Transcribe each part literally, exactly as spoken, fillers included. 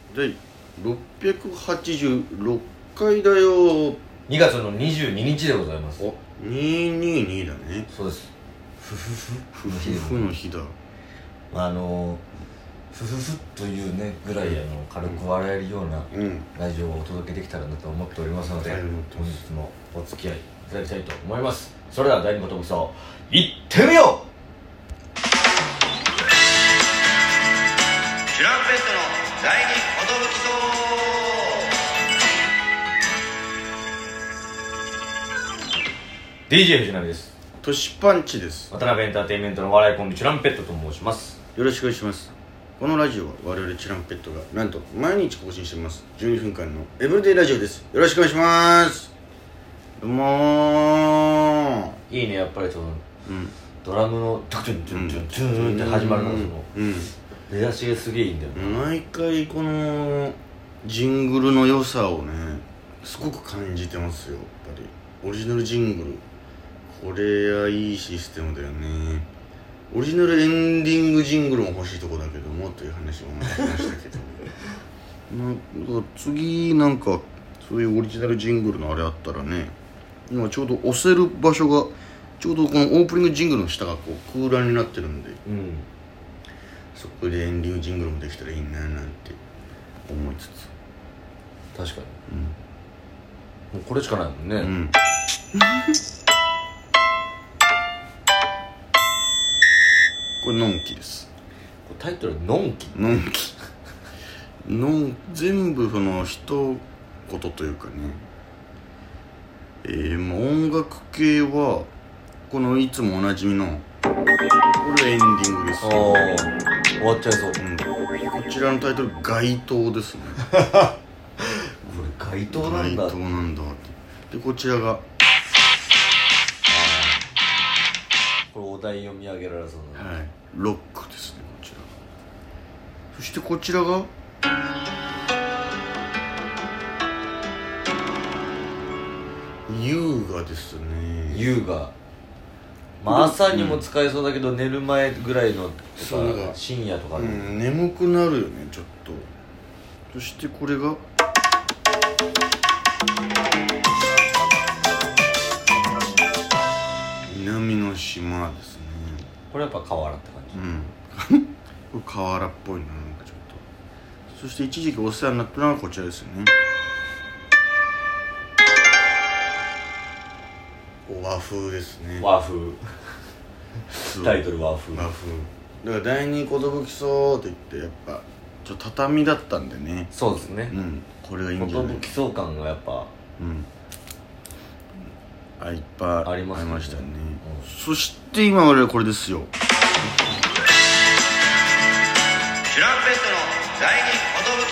だいろっぴゃくはちじゅうろっかいだよ。 にがつのにじゅうににちでございます。 お、にひゃくにじゅうにだね。 そうです。ふふふふふふの日だ。 あのふふふというねぐらいあの軽く笑えるようなラジオをお届けできたらなと思っておりますので、本日もお付き合いいただきたいと思います。それでは第二言武装いってみよう。 チュランペットの第二寿ディージェー 藤波です。 トシパンチです。 渡辺エンターテインメントの笑いコンビチュランペットと申します。 よろしくお願いします。このラジオは我々チュランペットがなんと毎日更新していますじゅうにふんかんのエブリデイラジオです。よろしくお願いします。どうもー。 いいね、やっぱりその、 うん、 ドラムのトゥトゥントゥントゥントゥンって始まるのがその、 うん、 出だしがすげえいいんだよね。 毎回このジングルの良さをねすごく感じてますよ。やっぱりオリジナルジングル、これはいいシステムだよね。オリジナルエンディングジングルも欲しいとこだけどもという話もしましたけどなんか次なんかそういうオリジナルジングルのあれあったらね、今ちょうど押せる場所がちょうどこのオープニングジングルの下がこう空欄になってるんで、 うん、 そこでエンディングジングルもできたらいいななんて思いつつ、 確かに、 うん、 もうこれしかないもんね、 うんこれのんきです。 これタイトルのんきのんきのん全部その一言というかね、えー、まあ音楽系はこのいつもおなじみのこれエンディングですよ。 ああ終わっちゃいそう、 うん、こちらのタイトル街頭ですねこれ街頭なんだ街頭なんだって。でこちらがこれお題読み上げられそうな、 はい、ロックですねこちら。そしてこちらが優雅ですね。 優雅、まあ、朝にも使えそうだけど、うん、寝る前ぐらいのとか深夜とかで、 うん、眠くなるよねちょっと。そしてこれが南の島ですね。 これやっぱ河原って感じ。 うんこれ河原っぽいな、なんかちょっと。そして一時期お世話になったのはこちらですよね。和風ですね。 和風タイトル和風。 和風だから第二寿そうって言ってやっぱちょっと畳だったんでね。 そうですね、 うん、これがいいんじゃない。 寿そう感がやっぱうんあいっぱいありますね。 ありましたね、 うん、 そして今我々これですよ。 チュランペットの第二寿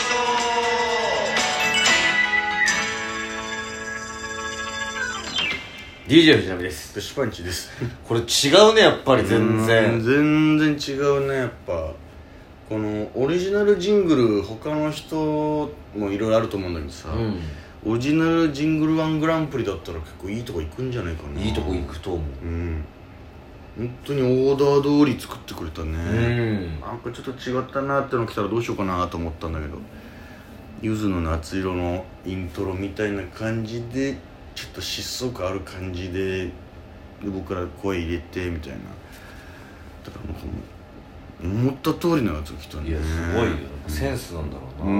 ディージェー 藤波です。 トシパンチですこれ違うねやっぱり全然全然違うね。やっぱこのオリジナルジングル他の人もいろいろあると思うんだけどさ、うん、オリジナルジングルワングランプリだったら結構いいとこ行くんじゃないかな。 いいとこ行くと思う。 うん本当にオーダー通り作ってくれたね。うんなんかちょっと違ったなっての来たらどうしようかなと思ったんだけど、ゆずの夏色のイントロみたいな感じでちょっと疾走感ある感じで、で僕ら声入れてみたいな。だからなんかもう思った通りのやつが来たね。 いやすごいよ、うん、センスなんだろうな、うん、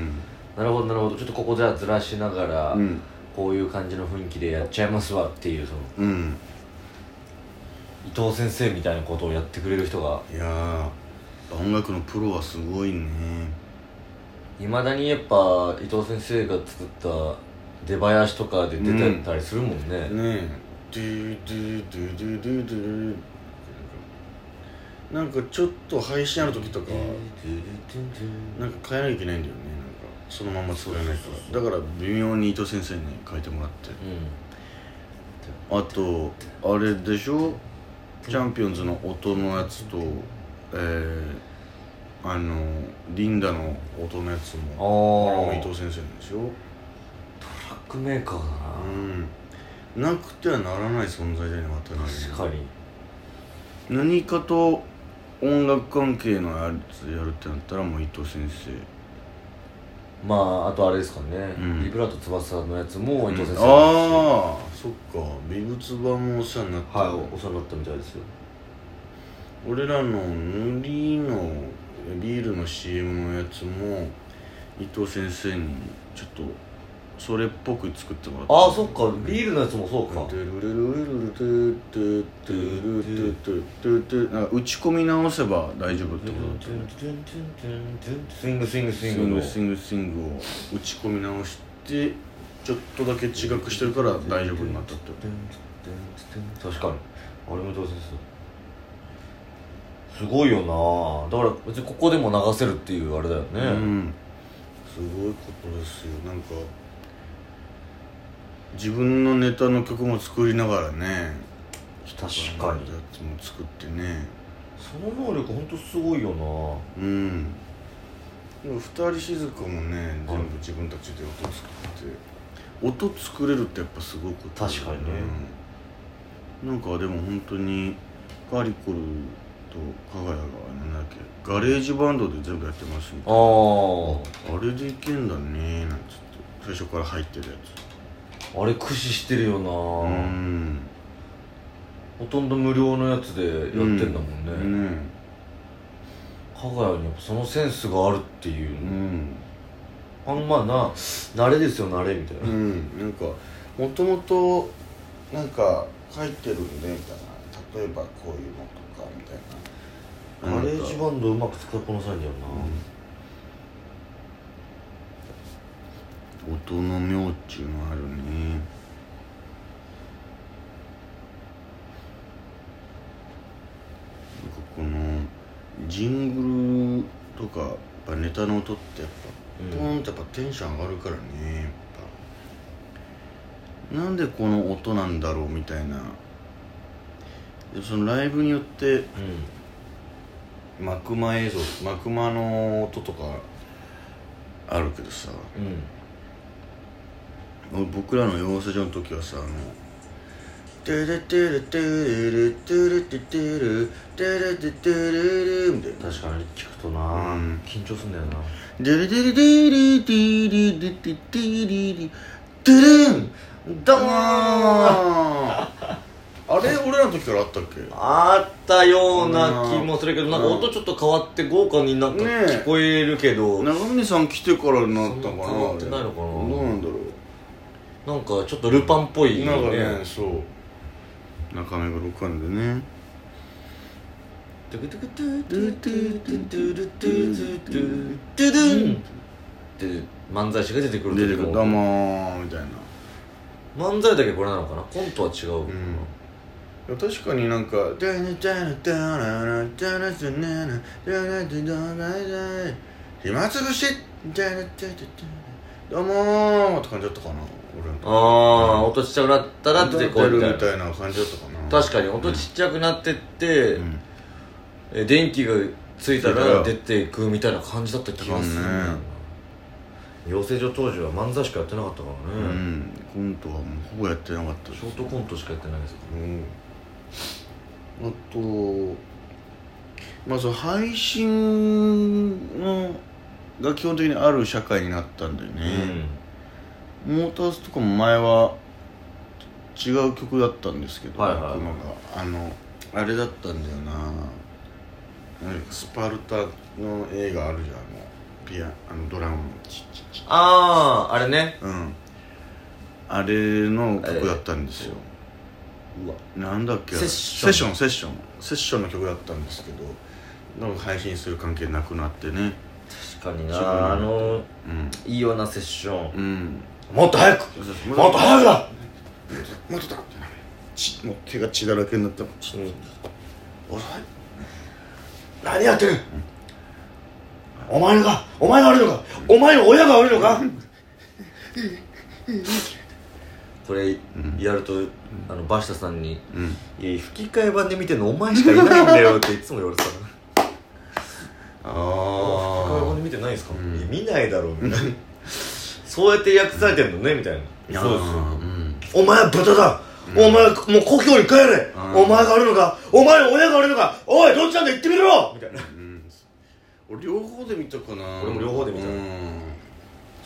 なるほどなるほど。ちょっとここじゃあずらしながら、うん、こういう感じの雰囲気でやっちゃいますわっていうその、うん、伊藤先生みたいなことをやってくれる人が。 いやー音楽のプロはすごいね。 いまだにやっぱ伊藤先生が作った出囃子とかで出てたりするもんね、 うん、ねえドゥドゥドゥドゥドゥドゥなんかちょっと配信ある時とかなんか変えなきゃいけないんだよね。なんかそのまま使えないからだから微妙に伊藤先生に書いてもらって、うん、あとあれでしょ、チャンピオンズの音のやつと、えー、あのリンダの音のやつもあれも伊藤先生なんでしょ。 トラックメーカーだな。 うんなくてはならない存在だよね。渡辺確かに何かと音楽関係のやつやるってなったらもう伊藤先生まああとあれですかね、 うん、 ビブラート翼のやつも伊藤先生、 うん、ああそっかビブツバもお世話になった、 はい、お世話になったみたいですよ。 俺らの塗りのビールの シーエム のやつも伊藤先生にちょっとそれっぽく作ってもらった。 ああそっか、ビールのやつもそうか。 ルルルルルルトゥトゥトゥルトゥトゥトゥトゥなんか打ち込み直せば大丈夫ってことだった。 スイングスイングスイングスイングスイングを打ち込み直してちょっとだけ違くしてるから大丈夫になったって。 確かにあれも伊藤先生すごいよな。だから別にここでも流せるっていうあれだよね。 うんすごいことですよ。なんか自分のネタの曲も作りながらね、 確かにやつも作ってね、 その能力ほんとすごいよな。 うんでも二人静かもね全部自分たちで音作って音作れるってやっぱすごく確かにね、 うん、なんかでも本当にガリコルと加賀谷がなんだっけガレージバンドで全部やってますみたいな。ああれでいけんだねなんつって最初から入ってるやつあれ駆使してるよな。 うんほとんど無料のやつでやってんだもんね、 うんね加賀谷にやっぱそのセンスがあるっていう、 うん、 あんまあな慣れですよ慣れみたいな、 うん、なんかもともとなんか書いてるんでみたいな、例えばこういうのとかみたいなガレージバンドうまく使いこなさないんだよな、 うん、音の妙っちゅうのあるね。なんかこのジングルとかやっぱネタの音ってやっぱ、うん、ポーンってやっぱテンション上がるからね。やっぱなんでこの音なんだろうみたいな。でそのライブによって、うん、幕間映像幕間の音とかあるけどさ、うん、僕らの養成所の時はさあのテレテレテレテレテテレテレテテレレみたいな。 確かに聞くとな、うん、緊張すんだよな。 デレデレデレデレデレデレデレデレンダーあれ俺らの時からあったっけ？ あったような気もするけど、なんか音ちょっと変わって豪華になんか聞こえるけど、 長峰さん来てからになったかな。 変わってないのかな。 どうなんだろう。なんかちょっとルパンっぽいね。 なんかね、そう中目黒感でね。 トゥクトゥクトゥトゥトゥトゥトゥトゥトゥトゥトゥドゥンって漫才師が出てくる。 出てくる。どうもみたいな。 漫才だけこれなのかな。コントは違う。うん確かになんか「暇つぶしどうもー」って感じだったかな俺の。 ああ音ちっちゃくなったら出てこるみたいな感じだったかな。 確かに音ちっちゃくなってって、うんえ電気がついたら出ていくみたいな感じだった気がするね。養成所当時は漫才しかやってなかったからね。うんコントはもうほぼやってなかった。 ショートコントしかやってないですよ。 うん、あとまあその配信のが基本的にある社会になったんだよね、うん、モーターズとかも前は違う曲だったんですけど、はいはいはい、あのあれだったんだよな。スパルタの映画あるじゃん、あのピアあのドラムのチッチッチッあああれね、 うんあれの曲だったんですよ。うわなんだっけセッションセッションセッションセッションの曲だったんですけどなんか配信する関係なくなってね。 確かになあの、うん、いいようなセッション、うん、 もっと早くもっと早くだもっとだちもう手が血だらけになったもん、うん、おい何やってる、うん、お前がお前が悪いのか、うん、お前の親が悪いのかこれやると、うん、あのバシタさんに、うん、いや吹き替え版で見てるのお前しかいないんだよっていつも言われてたああ吹き替え版で見てないんですか、うん、いや見ないだろうみたいなそうやって訳されてんのねみたいな。そうですよ、うん、お前は豚だ、うん、お前もう故郷に帰れ、うん、お前が悪いのかお前の親が悪いのかおいどっちなんだ言ってみろみたいな、うん、俺両方で見たかな。俺も両方で見た、うん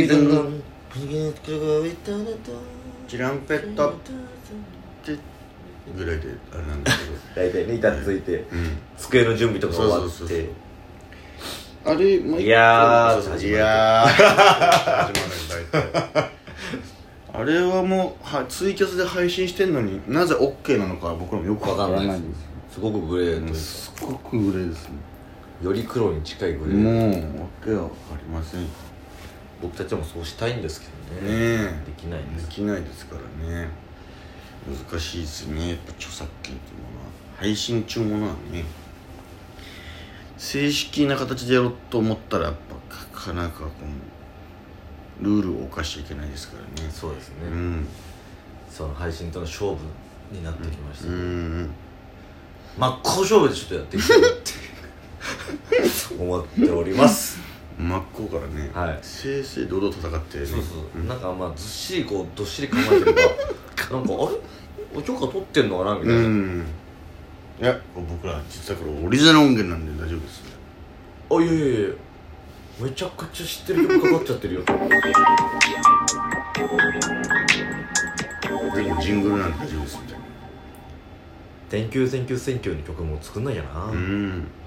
リズムチランペットってぐらいであれなんだけど大体ね板ついて、 うん、 机の準備とか終わってそうそうそうそうあれもういやーそうそういやー始まる大体あれはもうはツイキャスで配信してんのになぜ OK なのか僕らもよくわかんないです。 すごくグレーというか、 すごくグレーですね。 より黒に近いグレー。 もうわけはわかりません。 僕たちもそうしたいんですけどね。 ねえできないんです。 できないですからね。難しいですね。やっぱ著作権というものは配信中ものはね。正式な形でやろうと思ったらやっぱなかなかこのルールを犯しちゃいけないですからね。 そうですね、 うん、 その配信との勝負になってきました、ね、 うんうん真っ向勝負でちょっとやっていきたいって思っております。 真っ向からね、 はい、 正々堂々戦ってね。 そうそう、うん、なんかまあずっしりこうどっしり構えてるかなんかあれ許可取ってんのかなみたいな、うん、 いや僕ら実はこれオリジナル音源なんで大丈夫です。 あいやいやいやめちゃくちゃ知ってる曲かかっちゃってるよでもジングルなんて大丈夫ですみたいな。 Thank you Thank you Thank youの曲も作んないやな。 うん